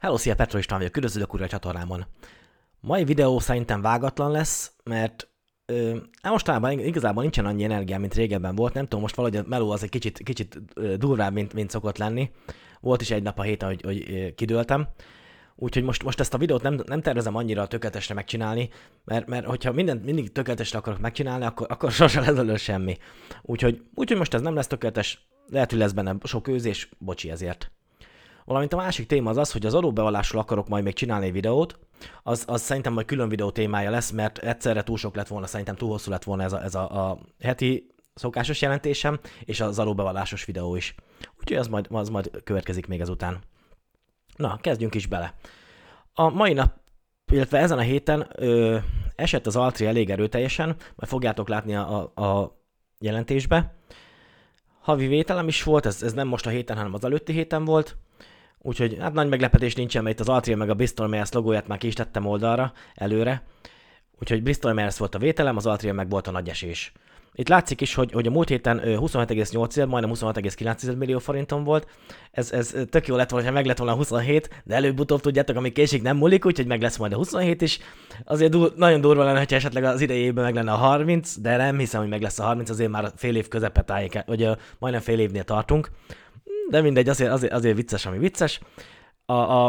Hello, szia, Petro István vagyok, üdvözlök újra a csatornámon. Mai videó szerintem vágatlan lesz, mert mostanában igazából nincsen annyi energiám, mint régebben volt. Nem tudom, most valahogy a meló az egy kicsit durvább, mint szokott lenni. Volt is egy nap a héten, hogy kidőltem. Úgyhogy most ezt a videót nem tervezem annyira tökéletesre megcsinálni, mert hogyha mindig tökéletesre akarok megcsinálni, akkor sosem lesz belőle semmi. Úgyhogy most ez nem lesz tökéletes, lehet, hogy lesz benne sok őzés, bocsi ezért. Valamint a másik téma az, hogy az adóbevallásról akarok majd még csinálni egy videót, az szerintem majd külön videó témája lesz, mert egyszerre túl sok lett volna, szerintem túl hosszú lett volna ez a heti szokásos jelentésem, és az adóbevallásos videó is. Úgyhogy az majd következik még ezután. Na, kezdjünk is bele. A mai nap, illetve ezen a héten esett az Altria elég erőteljesen, majd fogjátok látni a jelentésbe. Havi vételem is volt, ez nem most a héten, hanem az előtti héten volt. Úgyhogy hát nagy meglepetés nincsen, mert itt az Altria meg a Bristol Myers logóját már ki is tettem oldalra, előre. Úgyhogy Bristol Myers volt a vételem, az Altria meg volt a nagy esés. Itt látszik is, hogy a múlt héten 27,8, majdnem 26,9 millió forinton volt. Ez tök jó lett volna, ha meg lett volna a 27, de előbb-utóbb tudjátok, ami késik nem múlik, úgyhogy meg lesz majd a 27 is. Azért nagyon durva lenne, hogyha esetleg az idei évben meg lenne a 30, de nem hiszem, hogy meg lesz a 30, azért már fél év közepe tájéken, vagy majdnem fél évnél tartunk. De mindegy, azért vicces, ami vicces. A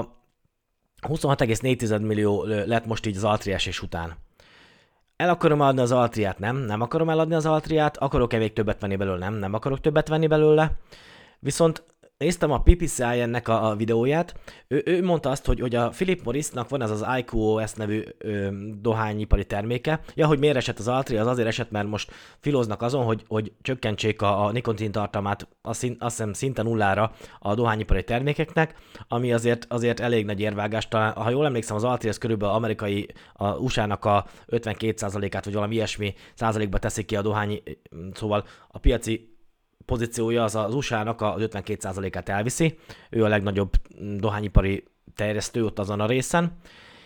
26,4 millió lett most így az Altria esés után. El akarom adni az Altriát? Nem akarom eladni az Altriát. Akarok-e még többet venni belőle? Nem akarok többet venni belőle. Viszont néztem a PPCI-nek a videóját, ő mondta azt, hogy a Philip Morrisnak van ez az IQOS nevű dohányipari terméke. Ja, hogy miért esett az Altria, az azért esett, mert most filóznak azon, hogy csökkentsék a nikotin tartalmát azt hiszem szinte nullára a dohányipari termékeknek, ami azért elég nagy érvágás. Talán, ha jól emlékszem, az Altria az körülbelül a USA-nak a 52%-át, vagy valami ilyesmi százalékba teszik ki a dohány, szóval a piaci pozíciója az USA-nak az 52%-át elviszi, ő a legnagyobb dohányipari terjesztő ott azon a részen,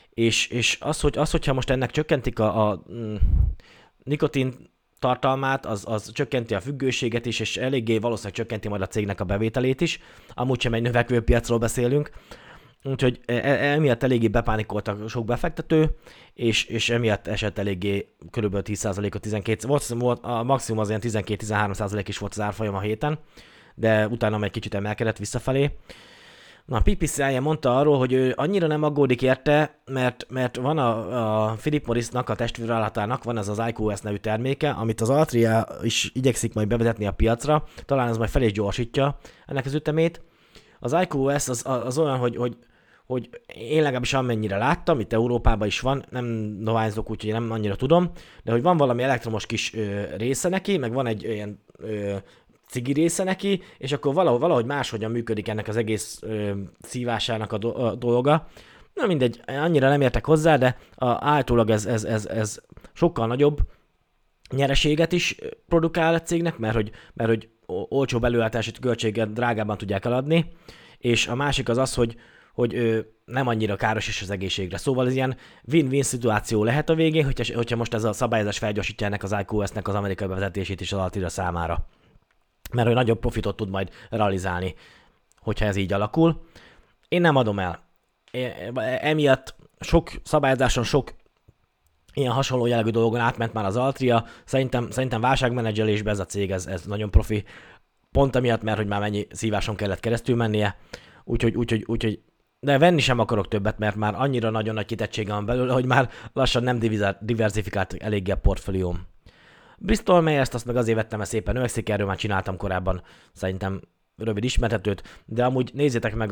és hogyha most ennek csökkentik a nikotin tartalmát, az csökkenti a függőséget is, és eléggé valószínűleg csökkenti majd a cégnek a bevételét is, amúgy sem egy növekvő piacról beszélünk, úgyhogy emiatt eléggé bepánikoltak sok befektető, és emiatt esett eléggé kb. 10%-ot, 12, volt a maximum az ilyen 12-13% is volt az árfolyam a héten, de utána meg kicsit emelkedett visszafelé. Na, a PPCI mondta arról, hogy ő annyira nem aggódik érte, mert van a Philip Morrisnak, a testvérvállalatának van ez az IQOS nevű terméke, amit az Altria is igyekszik majd bevezetni a piacra, talán ez majd fel is gyorsítja ennek az ütemét. Az IQOS az olyan, hogy én legalábbis amennyire láttam, itt Európában is van, nem dohányzok, úgyhogy nem annyira tudom, de hogy van valami elektromos kis része neki, meg van egy olyan cigi része neki, és akkor valahogy máshogyan működik ennek az egész szívásának a dolga. Na mindegy, annyira nem értek hozzá, de általában ez sokkal nagyobb nyereséget is produkál a cégnek, mert hogy olcsóbb előállítási költséget drágában tudják eladni, és a másik az, hogy nem annyira káros is az egészségre. Szóval ez ilyen win-win szituáció lehet a végén, hogyha most ez a szabályozás felgyorsítja ennek az IQOS-nek az amerikai bevezetését is az Altria számára. Mert hogy nagyobb profitot tud majd realizálni, hogyha ez így alakul. Én nem adom el. Emiatt sok szabályozáson, sok ilyen hasonló jellegű dolgon átment már az Altria. Szerintem válságmenedzselésben ez a cég, ez nagyon profi. Pont amiatt, mert hogy már mennyi szíváson kellett keresztül mennie. Úgyhogy de venni sem akarok többet, mert már annyira nagyon nagy kitettsége van belőle, hogy már lassan nem diversifikált eléggé a portfólióm. Bristol Myers-t azt meg azért vettem, mert szépen növekszik, erről már csináltam korábban szerintem rövid ismertetőt, de amúgy nézzétek meg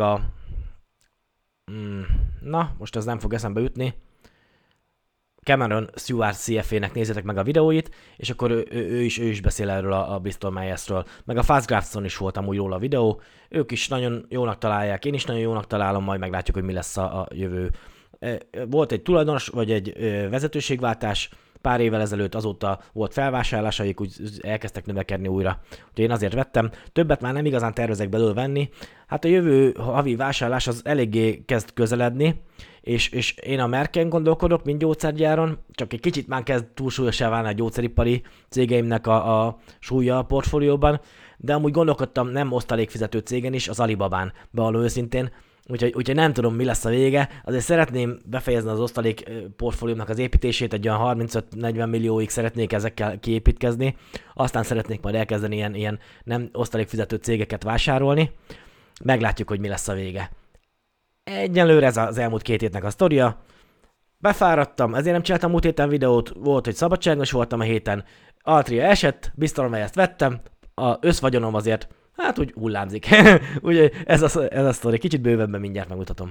na, most ez nem fog eszembe jutni. Cameron Stewart CFA-nek nézzétek meg a videóit, és akkor ő is beszél erről a Bristol Myers-ről. Meg a Fastgrafton is volt amúgy róla a videó, ők is nagyon jónak találják, én is nagyon jónak találom, majd meglátjuk, hogy mi lesz a jövő. Volt egy tulajdonos, vagy egy vezetőségváltás pár évvel ezelőtt, azóta volt felvásárlásaik, úgy elkezdtek növekedni újra. Úgyhogy én azért vettem, többet már nem igazán tervezek belőle venni. Hát a jövő havi vásárlás az eléggé kezd közeledni, és én a Mercken gondolkodok, mint gyógyszergyáron, csak egy kicsit már kezd túlsúlyosá válni a gyógyszeripari cégeimnek a súlya a portfólióban, de amúgy gondolkodtam nem osztalékfizető cégen is, az Alibabán, bevallom őszintén. úgyhogy nem tudom, mi lesz a vége. Azért szeretném befejezni az osztalék portfóliómnak az építését, egy olyan 35-40 millióig szeretnék ezekkel kiépítkezni, aztán szeretnék majd elkezdeni ilyen nem osztalékfizető cégeket vásárolni. Meglátjuk, hogy mi lesz a vége. Egyelőre ez az elmúlt 2 hétnek a sztoria. Befáradtam, ezért nem csináltam múlt héten videót, volt, hogy szabadságos voltam a héten, Altria esett, biztosan ezt vettem, a összvagyonom azért, hát úgy hullámzik. Úgyhogy ez a sztori, kicsit bővebben mindjárt megmutatom.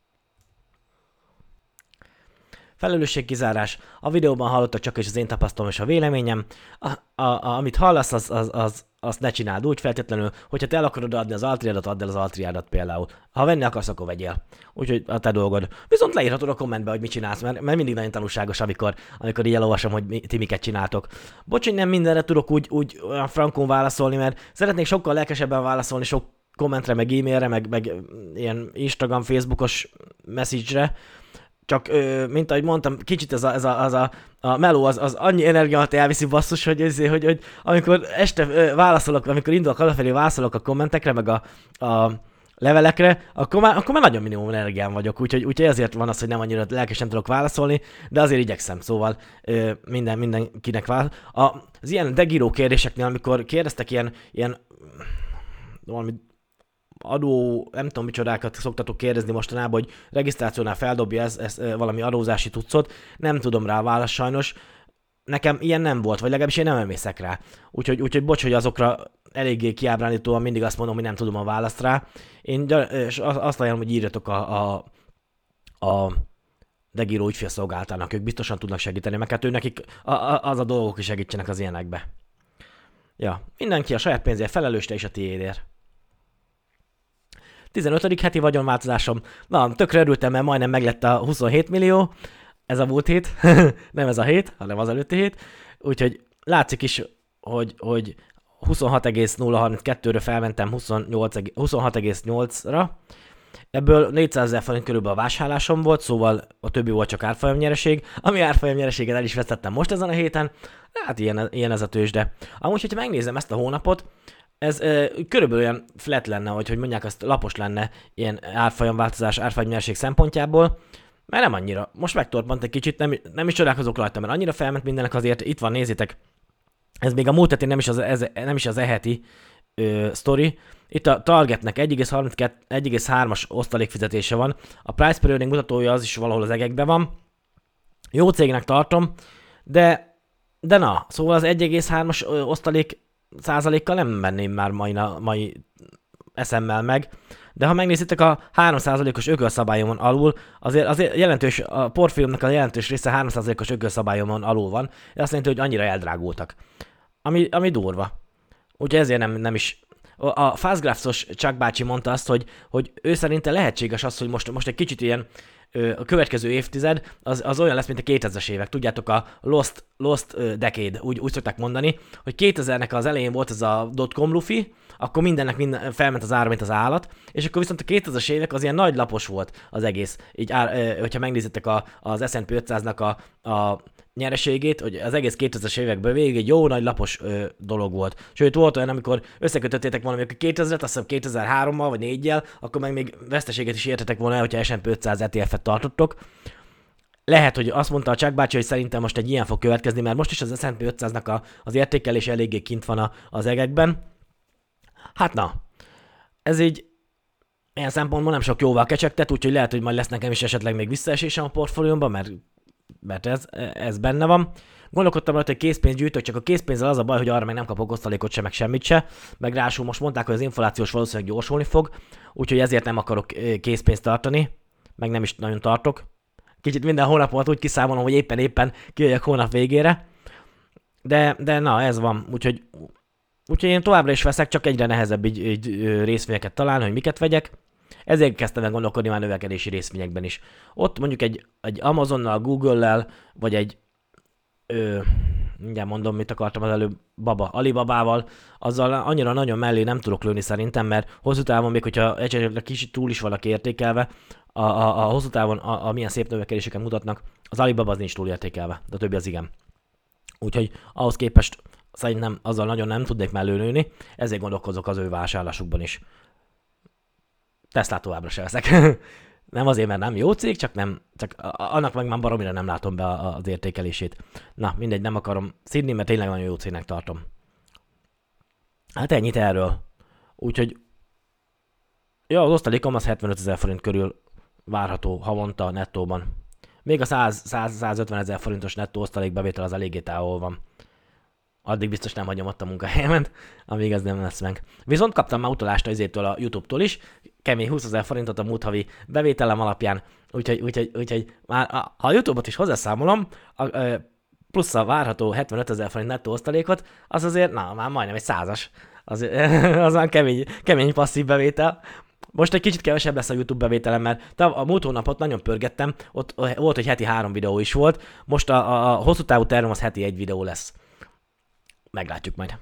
Felelősségkizárás. A videóban hallottak csak is az én tapasztalom és a véleményem. Amit hallasz, azt ne csináld úgy feltétlenül, hogyha te el akarod adni az Altriádat, add el az Altriádat például. Ha venni akarsz, akkor vegyél. Úgyhogy a te dolgod. Viszont leírhatod a kommentbe, hogy mit csinálsz, mert mindig nagyon tanulságos, amikor így elolvasom, hogy ti miket csináltok. Bocs, hogy nem mindenre tudok úgy olyan frankon válaszolni, mert szeretnék sokkal lelkesebben válaszolni sok kommentre, meg e-mailre, meg ilyen Instagram, Facebookos message-re. Csak, mint ahogy mondtam, kicsit ez a meló az annyi energiát elviszi basszus, hogy amikor este válaszolok, amikor indulok hazafelé, válaszolok a kommentekre, meg a levelekre, akkor már nagyon minimum energiám vagyok, úgyhogy ezért van az, hogy nem annyira lelkesen tudok válaszolni, de azért igyekszem, szóval mindenkinek az ilyen degíró kérdéseknél, amikor kérdeztek ilyen valami adó, nem tudom micsodákat szoktatok kérdezni mostanában, hogy regisztrációnál feldobja ez valami adózási tuccot, nem tudom rá választ sajnos. Nekem ilyen nem volt, vagy legalábbis én nem emészek rá. Úgyhogy bocs, hogy azokra eléggé kiábrándítóan mindig azt mondom, hogy nem tudom a választ rá. Én azt ajánlom, hogy írjatok a Degíró ügyfélszolgáltának, ők biztosan tudnak segíteni, mert hát nekik az a dolgok is segítsenek az ilyenekbe. Ja, mindenki a saját pénzért felelős, te is a tiédért. 15. heti vagyonváltozásom. Na, tökre örültem, mert majdnem meglett a 27 millió. Ez a múlt hét. Nem ez a hét, hanem az előtti hét. Úgyhogy látszik is, hogy 26,032-ről felmentem 26,8-ra. Ebből 400 000 forint körülbelül a vásárlásom volt, szóval a többi volt csak árfolyamnyereség. Ami árfolyamnyereséget el is vesztettem most ezen a héten. Hát ilyen ez a tőzsde. Amúgy, hogyha megnézem ezt a hónapot, ez körülbelül olyan flat lenne, hogy mondják, azt lapos lenne ilyen árfolyamváltozás, árfolyamnyereség szempontjából, mert nem annyira. Most megtorpant egy kicsit, nem is csodálkozok rajta, mert annyira felment mindenek, azért itt van, nézzétek. Ez még a múlt hetén nem is az e-heti sztori. Itt a Targetnek 1,3-as osztalékfizetése van. A price per earning mutatója az is valahol az egekben van. Jó cégnek tartom, de na, szóval az 1,3-as osztalék százalékkal nem menném már mai eszemmel meg, de ha megnézitek a 3%-os ökölszabályomon alul, azért jelentős, a portfóliómnak a jelentős része 3%-os ökölszabályomon alul van, ez azt jelenti, hogy annyira eldrágultak. Ami durva. Úgyhogy ezért nem is... A Fastgraphs-os Chuck bácsi mondta azt, hogy ő szerinte lehetséges az, hogy most egy kicsit ilyen a következő évtized az olyan lesz, mint a 2000-es évek. Tudjátok, a Lost Decade, úgy szokták mondani, hogy 2000-nek az elején volt ez a dotcom lufi, akkor mindennek felment az ára, mint az állat, és akkor viszont a 2000-es évek az ilyen nagy lapos volt az egész. Így hogyha megnézitek az S&P 500-nak a nyereségét, hogy az egész 2000-es évekből végig egy jó nagy lapos dolog volt. Sőt, volt olyan, amikor összekötöttétek valami, akkor 2000-et, azt hiszem 2003-mal vagy 4-jel, akkor meg még veszteséget is értetek volna el, hogyha S&P 500 ETF-et tartottok. Lehet, hogy azt mondta a Chuck bácsi, hogy szerintem most egy ilyen fog következni, mert most is az S&P 500-nak az értékelés eléggé kint van az egekben. Hát na, ez így ilyen szempontból nem sok jóval kecsegtet, úgyhogy lehet, hogy majd lesz nekem is esetleg még visszaesésem a portfóliómban, mert ez benne van. Gondolkodtam rajta, hogy készpénzt gyűjtök, csak a készpénzzel az a baj, hogy arra meg nem kapok osztalékot se, meg semmit se, meg ráadásul most mondták, hogy az inflációs valószínűleg gyorsulni fog, úgyhogy ezért nem akarok készpénzt tartani, meg nem is nagyon tartok. Kicsit minden hónapomat úgy kiszámolom, hogy éppen kijöjjek hónap végére, de na, ez van, úgyhogy én továbbra is veszek, csak egyre nehezebb így részvényeket találni, hogy miket vegyek. Ezért kezdtem el gondolkodni már növekedési részvényekben is. Ott mondjuk egy Amazonnal, Google-lel, vagy egy mindjárt mondom, mit akartam az előbb, Alibabával, azzal annyira nagyon mellé nem tudok lőni szerintem, mert hosszú távon, még hogyha egy kicsit túl is valaki értékelve, a hosszú távon milyen szép növekedéseket mutatnak, az Alibaba az nincs túl értékelve, de a többi az igen. Úgyhogy ahhoz képest szerintem azzal nagyon nem tudnék mellé lőni, ezért gondolkozok az ő vásárlásukban is. Teslát továbbra se veszek. Nem azért, mert nem jó cég, csak annak meg már baromira nem látom be az értékelését. Na, mindegy, nem akarom szidni, mert tényleg nagyon jó cégnek tartom. Hát ennyit erről. Úgyhogy, ja, az osztalékom az 75 000 forint körül várható havonta nettóban. Még a 100-150 000 forintos nettó osztalékbevétel az eléggé távol van. Addig biztos nem hagyom ott a munkahelyemet, amíg ez nem lesz meg. Viszont kaptam már utalást izétől a YouTube-tól is, kemény 20 000 forintot a múlt havi bevételem alapján, úgyhogy már ha a YouTube-ot is hozzászámolom, plusz a várható 75 000 forint nettó osztalékot, az azért, na, már majdnem egy 100-as. Az már kemény passzív bevétel. Most egy kicsit kevesebb lesz a YouTube bevételem, mert a múlt hónapot nagyon pörgettem, ott volt, hogy heti 3 videó is volt, most a hosszú távú tervem az heti 1 videó lesz. Meglátjuk majd.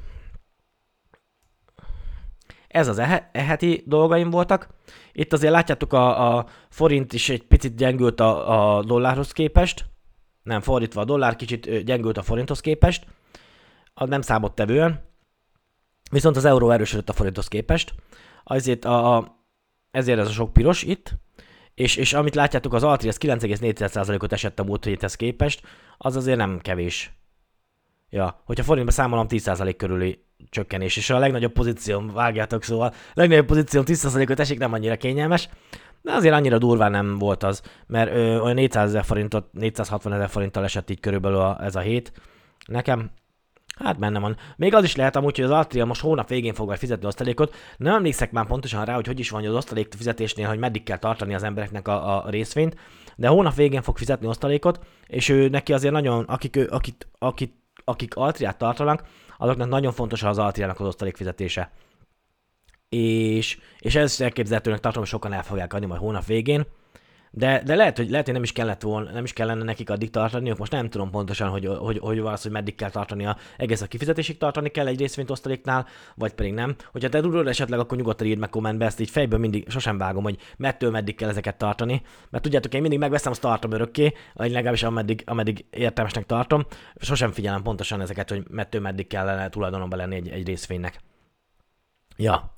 Ez az heti dolgaim voltak. Itt azért látjátok, a forint is egy picit gyengült a dollárhoz képest. Nem, fordítva, a dollár kicsit gyengült a forinthoz képest. Az nem számottevően. Viszont az euró erősödött a forinthoz képest. Ezért ez a sok piros itt. És amit látjátok, az Altri az 9,4%-ot esett a múlt héthez képest. Az azért nem kevés. Ja, hogyha forintba számolom, 10% körüli csökkenés, és a legnagyobb pozícióm, vágjátok, szóval a legnagyobb pozícióm 10%-ot esik, nem annyira kényelmes, de azért annyira durván nem volt az, mert olyan 400 000 forintot, 460 000 forinttal esett így körülbelül ez a hét. Nekem, hát benne van. Még az is lehet amúgy, hogy az Altria most hónap végén fog majd fizetni osztalékot. Nem emlékszek már pontosan rá, hogy is van az osztalék fizetésnél, hogy meddig kell tartani az embereknek a részvényt, de hónap végén fog fizetni osztalékot, és ő neki azért nagyon, akik Altriát tartanak, azoknak nagyon fontos az Altriának az osztalék fizetése. És ez is elképzelhetőnek tartom, hogy sokan el fogják adni majd hónap végén. De lehet, hogy nem is kellene nekik addig tartaniuk. Most nem tudom pontosan, hogy van az, hogy meddig kell tartania. Egész a kifizetésig tartani kell egy részvényt osztaléknál, vagy pedig nem. Hogyha te tudod esetleg, akkor nyugodtan írd meg kommentbe, ezt így fejből mindig sosem vágom, hogy mettől meddig kell ezeket tartani. Mert tudjátok, én mindig megveszem, azt tartom örökké, vagy legalábbis ameddig értelmesnek tartom. Sosem figyelem pontosan ezeket, hogy mettől meddig kellene tulajdonomban lenni egy részvénynek. Ja.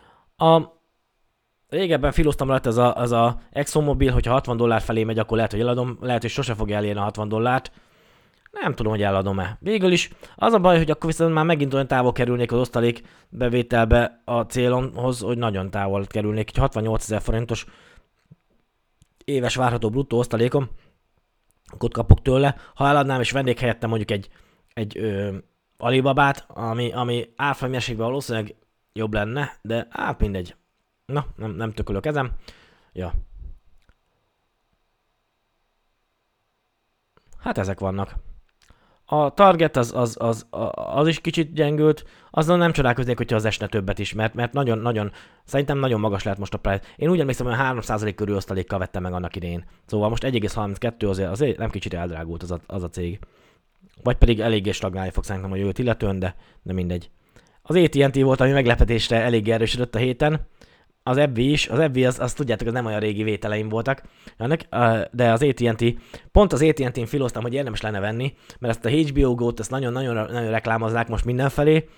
Régebben filóztam rajta az a ExxonMobil, hogyha 60 dollár felé megy, akkor lehet, hogy eladom, lehet, hogy sose fog elérni a 60 dollárt. Nem tudom, hogy eladom-e. Végül is az a baj, hogy akkor viszont már megint olyan távol kerülnék az osztalék bevételbe a célomhoz, hogy nagyon távol kerülnék. Egy 68 000 forintos éves várható bruttó osztalékom, akkor kapok tőle. Ha eladnám és vennék helyette mondjuk egy Alibabát, ami árfolyamérsékben valószínűleg jobb lenne, de hát mindegy. Na, nem tökölök ezen. Ja. Hát ezek vannak. A Target az is kicsit gyengült, azzal nem csodálkoznék, hogyha az esne többet is, mert szerintem nagyon magas lehet most a price. Én úgy emlékszem, hogy 3% körül osztalékkal vettem meg annak idején. Szóval most 1,32 azért nem kicsit eldrágult az a cég. Vagy pedig eléggé stagnálni fog szerintem a jövőt illetően, de mindegy. Az AT&T volt, ami meglepetésre eléggé erősödött a héten. Az Ebbi is, azt tudjátok, az nem olyan régi vételeim voltak, de az AT&T, pont az AT&T-n filoztam, hogy érdemes lenne venni, mert ezt a HBO Go-t, ezt nagyon reklámozzák most mindenfelé.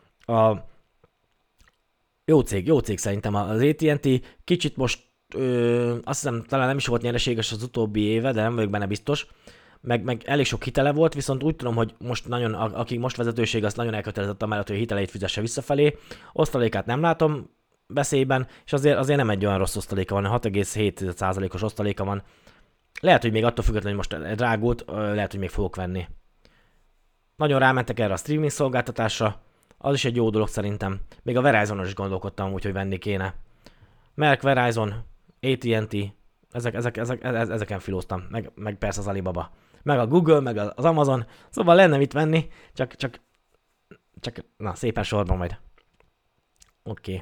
Jó cég szerintem az AT&T, kicsit most azt hiszem talán nem is volt nyereséges az utóbbi éve, de nem vagyok benne biztos, meg elég sok hitele volt, viszont úgy tudom, hogy most aki most vezetőség, azt nagyon elkötelezett amellett, hogy a hiteleit fizesse visszafelé. Osztalékát nem látom veszélyben, és azért nem egy olyan rossz osztaléka van, 6,7%-os osztaléka van. Lehet, hogy még attól függetlenül, hogy most drágult, lehet, hogy még fogok venni. Nagyon rámentek erre a streaming szolgáltatásra, az is egy jó dolog szerintem. Még a Verizon-on is gondolkodtam, úgyhogy venni kéne. Merck, Verizon, AT&T, ezeken filóztam, meg persze az Alibaba. Meg a Google, meg az Amazon, szóval lenne mit venni, csak na, szépen sorban majd. Oké.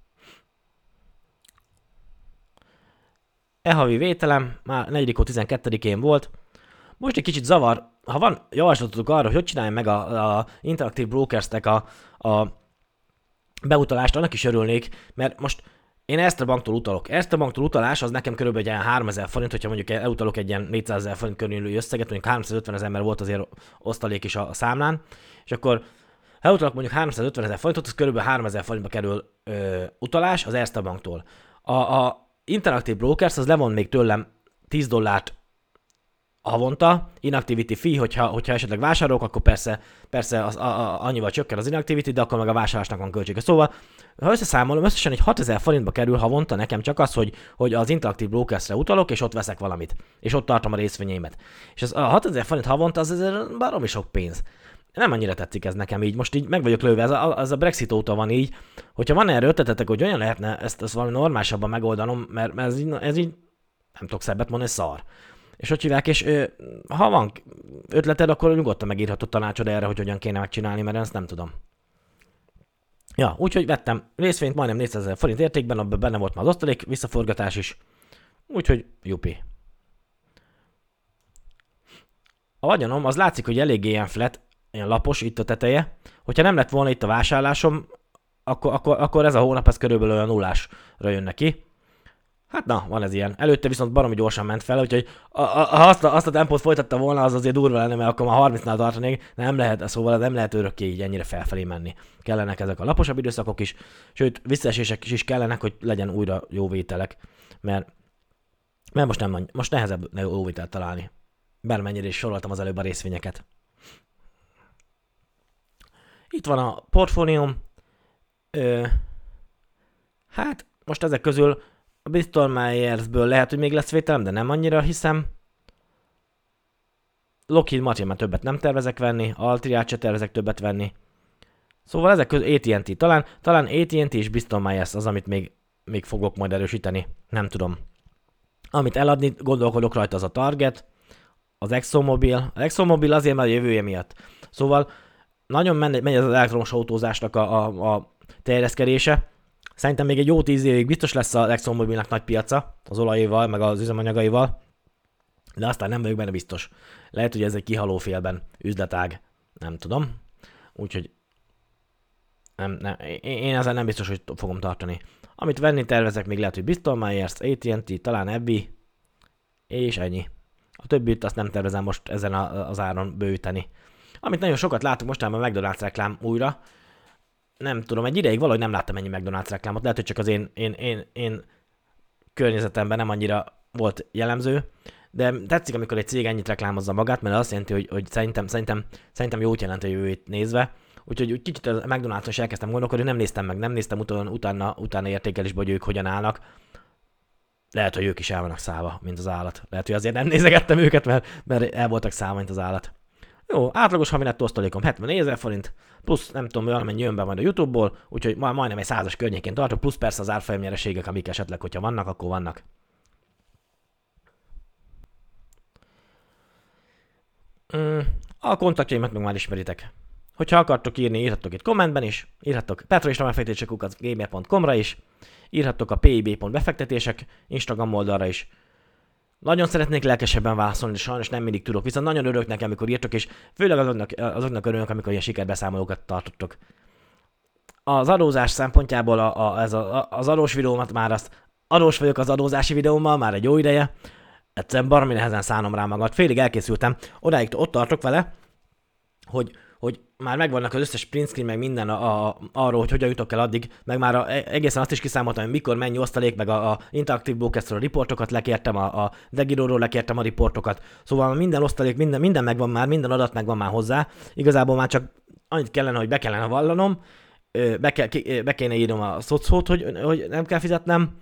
E-havi vételem már 4.12-én volt. Most egy kicsit zavar, ha van javaslatotok arra, hogy csináljam meg a Interactive Brokers-nek a beutalást, annak is örülnék, mert most én Erste Banktól utalok. Erste Banktól utalás az nekem körülbelül egy ilyen 3000 forint, hogyha mondjuk elutalok egy ilyen 400 000 forint körülő összeget, mondjuk 350 000, mert volt azért osztalék is a számlán, és akkor ha elutalok mondjuk 350 000 forintot, az körülbelül 3000 forintba kerül utalás az Erste Banktól. A Interactive Brokers az levon még tőlem $10 havonta, inactivity fee, hogyha esetleg vásárolok, akkor persze annyival csökken az inactivity, de akkor meg a vásárlásnak van költsége. Szóval, ha összeszámolom, összesen egy 6000 forintba kerül havonta nekem csak az, hogy az Interactive Brokersre utalok, és ott veszek valamit. És ott tartom a részvényeimet. És az a 6000 forint havonta az baromi sok pénz. Nem annyira tetszik ez nekem így. Most így meg vagyok lőve, ez a Brexit óta van így. Hogyha van erre ötletetek, hogy olyan lehetne ezt valami normálisabban megoldanom, mert ez így nem tudok szebbet mondani, szar. És hogy hívják, és ha van ötleted, akkor nyugodtan megírhatod tanácsod erre, hogy hogyan kéne megcsinálni, mert ezt nem tudom. Ja, úgyhogy vettem részvényt majdnem 400 000 forint értékben, abban benne volt már az osztalék, visszaforgatás is. Úgyhogy jupi. A vagyonom az látszik, hogy eléggé ilyen flat, ilyen lapos itt a teteje. Hogyha nem lett volna itt a vásárlásom, akkor ez a hónap ez körülbelül olyan nullásra jön neki. Hát na, van ez ilyen. Előtte viszont baromi gyorsan ment fel, úgyhogy ha azt a tempót folytatta volna, az azért durva lenne, mert akkor már 30-nál tartanék. Nem lehet, szóval nem lehet örökké így ennyire felfelé menni. Kellenek ezek a laposabb időszakok is, sőt, visszaesések is kellenek, hogy legyen újra jó vételek. Mert most nehezebb jó vételt találni. Bármennyire is soroltam az előbb a részvényeket. Itt van a portfólióm. Hát, most ezek közül a Bristol Myersből lehet, hogy még lesz vételem, de nem annyira hiszem. Lockheed Martin már többet nem tervezek venni, Altriát se tervezek többet venni. Szóval ezek közül AT&T, talán AT&T és Bristol Myers az, amit még fogok majd erősíteni, nem tudom. Amit eladni gondolkodok rajta, az a Target, az ExxonMobil. Az ExxonMobil azért már a jövője miatt. Szóval nagyon megy az elektromos autózásnak a terjeszkedése. Szerintem még egy jó 10 évig biztos lesz az ExxonMobilnak nagy piaca, az olajéval, meg az üzemanyagaival, de aztán nem vagyok benne biztos. Lehet, hogy ez egy kihaló félben üzletág, nem tudom. Úgyhogy én ezzel nem biztos, hogy fogom tartani. Amit venni tervezek, még lehet, hogy Bristol Myers, AT&T, talán Ebbi, és ennyi. A többit azt nem tervezem most ezen az áron bővíteni. Amit nagyon sokat látok mostanában a McDonald's reklám újra. Nem tudom, egy ideig valahogy nem láttam ennyi McDonald's reklámot, lehet, hogy csak az én környezetemben nem annyira volt jellemző, de tetszik, amikor egy cég ennyit reklámozza magát, mert azt jelenti, hogy szerintem jót jelent a jövőjét nézve. Úgyhogy úgy kicsit a McDonald's-on is elkezdtem gondolkodni, nem néztem utána értékelésbe, hogy ők hogyan állnak. Lehet, hogy ők is el vannak szállva, mint az állat. Lehet, hogy azért nem nézegettem őket, mert el voltak szállva, mint az állat. Jó, átlagos havi nettó osztalékom 74 000 forint, plusz nem tudom, valamennyi jön be majd a YouTube-ból, úgyhogy majdnem egy 100-as környékén tartok, plusz persze az árfolyam nyereségek, amik esetleg, hogyha vannak, akkor vannak. A kontaktjaimat meg már ismeritek. Hogyha akartok írni, írhattok itt kommentben is, írhattok petroislamefektetések@gmail.com-ra is, írhattok a pib.befektetések Instagram oldalra is. Nagyon szeretnék lelkesebben válaszolni, de sajnos nem mindig tudok, viszont nagyon örülök nekem, amikor írtok, és főleg azoknak örülök, amikor ilyen sikerbeszámolókat tartottok. Az adózás szempontjából az adós videómat már adós vagyok az adózási videómmal, már egy jó ideje. Egyszerűen baromi nehezen szánom rá magad. Félig elkészültem, odáig ott tartok vele, hogy már megvannak az összes print screen, meg minden arról, hogy hogyan jutok el addig, meg már egészen azt is kiszámoltam, hogy mikor mennyi osztalék, meg a Interactive Brokersről a riportokat lekértem, a Degiróról lekértem a riportokat. Szóval minden osztalék, minden megvan már, minden adat megvan már hozzá. Igazából már csak annyit kellene, hogy be kellene vallanom, be kéne írnom a szocót, hogy nem kell fizetnem,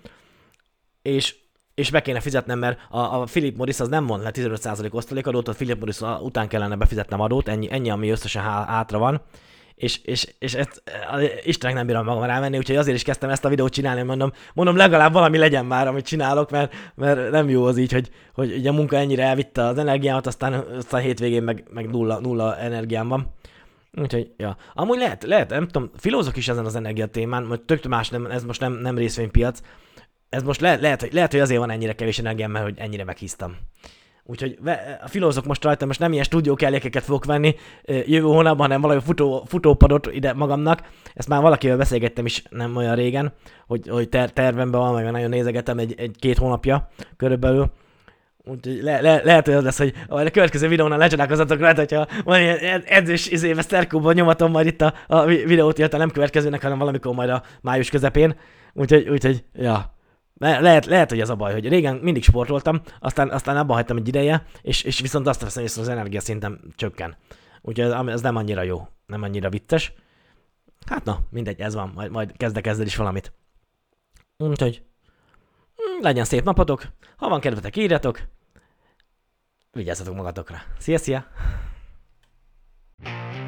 és be kéne fizetnem, mert a Philip Morris az nem von le 15% osztalékadót, a Philip Morris után kellene befizetnem adót, ennyi ami összesen hátra van, és ezt Istenek nem bírom magam rávenni, úgyhogy azért is kezdtem ezt a videót csinálni, mondom legalább valami legyen már, amit csinálok, mert nem jó az így, hogy ugye a munka ennyire elvitte az energiámat, aztán hétvégén meg nulla energiám van. Úgyhogy, ja. Amúgy lehet, nem tudom, filózok is ezen az energia témán, mert tök más, ez most nem részvénypiac. Ez most lehet, hogy azért van ennyire kevés energiám, mert hogy ennyire meghíztam. Úgyhogy a filózok most rajta, most nem ilyen stúdiókellékeket fogok venni jövő hónapban, hanem valami futópadot ide magamnak. Ezt már valakivel beszélgettem is nem olyan régen, hogy tervemben van, meg nagyon nézegetem egy-két hónapja körülbelül. Úgyhogy lehet, hogy az lesz, hogy a következő videónál lecsodálkozatok rajta, hogyha van ilyen edzős Sterkóban nyomatom majd itt a videót, illetve nem következőnek, hanem valamikor majd a május közepén. Úgyhogy ja. Lehet, hogy ez a baj, hogy régen mindig sportoltam, aztán abba hagytam egy ideje, és viszont azt veszem észre, az energiaszintem csökken. Úgyhogy ez nem annyira jó, nem annyira vicces. Hát na, mindegy, ez van, majd kezdek is valamit. Úgyhogy legyen szép napotok, ha van kedvetek, írjatok, vigyázzatok magatokra. Szia!